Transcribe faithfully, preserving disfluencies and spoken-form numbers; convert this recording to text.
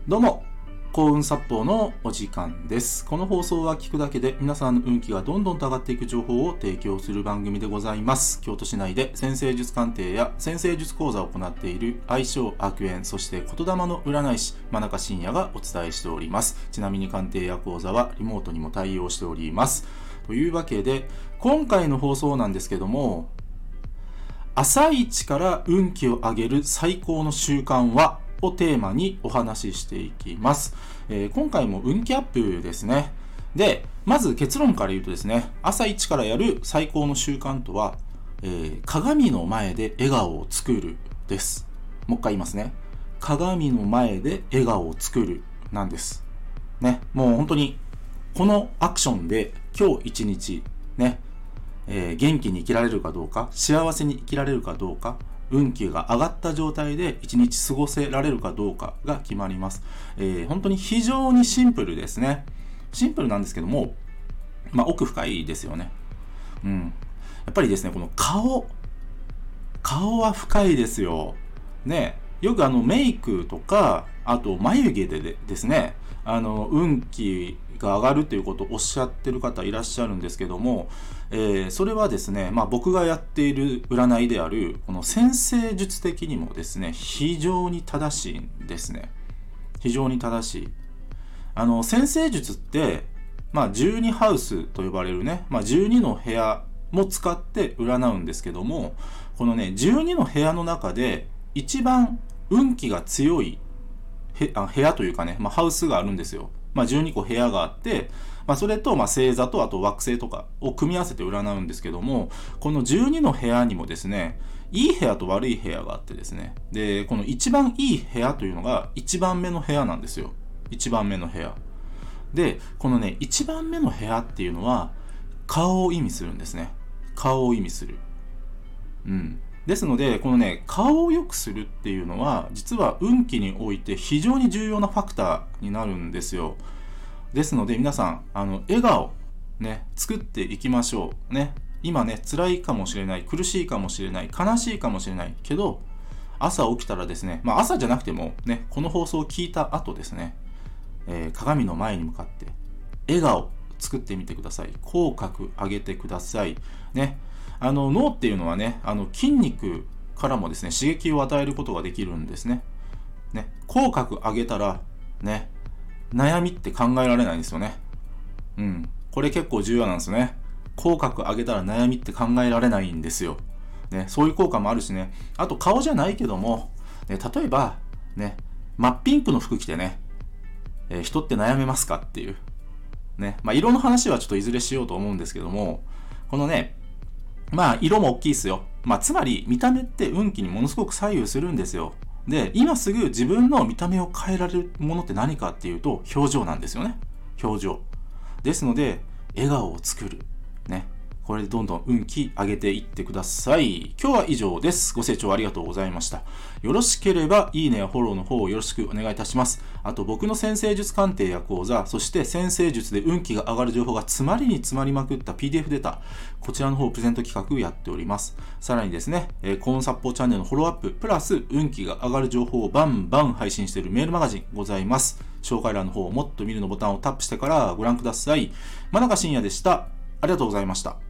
どうも、幸運殺法のお時間です。この放送は聞くだけで皆さんの運気がどんどんと上がっていく情報を提供する番組でございます。京都市内で占星術鑑定や占星術講座を行っている相性悪縁、そして言霊の占い師真中信也がお伝えしております。ちなみに鑑定や講座はリモートにも対応しております。というわけで、今回の放送なんですけども、朝一から運気を上げる最高の習慣はをテーマにお話ししていきます、えー、今回も運気アップですね。で、まず結論から言うとですね、朝一からやる最高の習慣とは、えー、鏡の前で笑顔を作るです。もう一回言いますね。鏡の前で笑顔を作るなんですね。もう本当にこのアクションで今日一日ね、えー、元気に生きられるかどうか、幸せに生きられるかどうか、運気が上がった状態で一日過ごせられるかどうかが決まります。えー、本当に非常にシンプルですね。シンプルなんですけども、まあ奥深いですよね。うん。やっぱりですね、この顔、顔は深いですよ。ね。よくあのメイクとか、あと眉毛でですね、あの運気が上がるということをおっしゃってる方いらっしゃるんですけども、えー、それはですね、まあ僕がやっている占いであるこの占星術的にもですね、非常に正しいんですね。非常に正しい。あの占星術ってまあじゅうにハウスと呼ばれるね、まあじゅうにの部屋も使って占うんですけども、このねじゅうにの部屋の中で一番運気が強いへあ部屋というかね、まあ、ハウスがあるんですよ。まあ、じゅうにこ部屋があって、まあ、それと、まあ、星座とあと惑星とかを組み合わせて占うんですけども、このじゅうにの部屋にもですね、いい部屋と悪い部屋があってですね、で、この一番いい部屋というのが一番目の部屋なんですよ。一番目の部屋。で、このね、一番目の部屋っていうのは、顔を意味するんですね。顔を意味する。うん。ですので、このね、顔を良くするっていうのは、実は運気において非常に重要なファクターになるんですよ。ですので、皆さん、あの、笑顔、ね、作っていきましょう。ね。今ね、辛いかもしれない、苦しいかもしれない、悲しいかもしれないけど、朝起きたらですね、まあ朝じゃなくても、ね、この放送を聞いた後ですね、えー、鏡の前に向かって、笑顔作ってみてください。口角上げてください。ね。あの脳っていうのはね、あの筋肉からもですね、刺激を与えることができるんですね。ね、口角上げたらね、悩みって考えられないんですよね。うん、これ結構重要なんですね。口角上げたら悩みって考えられないんですよ。ね、そういう効果もあるしね。あと顔じゃないけども、ね、例えばね、真っピンクの服着てね、えー、人って悩めますかっていうね、まあ色の話はちょっといずれしようと思うんですけども、このね。まあ、色も大きいですよ。まあ、つまり、見た目って運気にものすごく左右するんですよ。で、今すぐ自分の見た目を変えられるものって何かっていうと、表情なんですよね。表情。ですので、笑顔を作る。ね。これでどんどん運気上げていってください。今日は以上です。ご清聴ありがとうございました。よろしければ、いいねやフォローの方をよろしくお願いいたします。あと、僕の占星術鑑定や講座、そして占星術で運気が上がる情報が詰まりに詰まりまくった ピーディーエフ データ、こちらの方をプレゼント企画やっております。さらにですね、えー、幸運殺法チャンネルのフォローアップ、プラス運気が上がる情報をバンバン配信しているメールマガジンございます。紹介欄の方をもっと見るのボタンをタップしてからご覧ください。真中信也でした。ありがとうございました。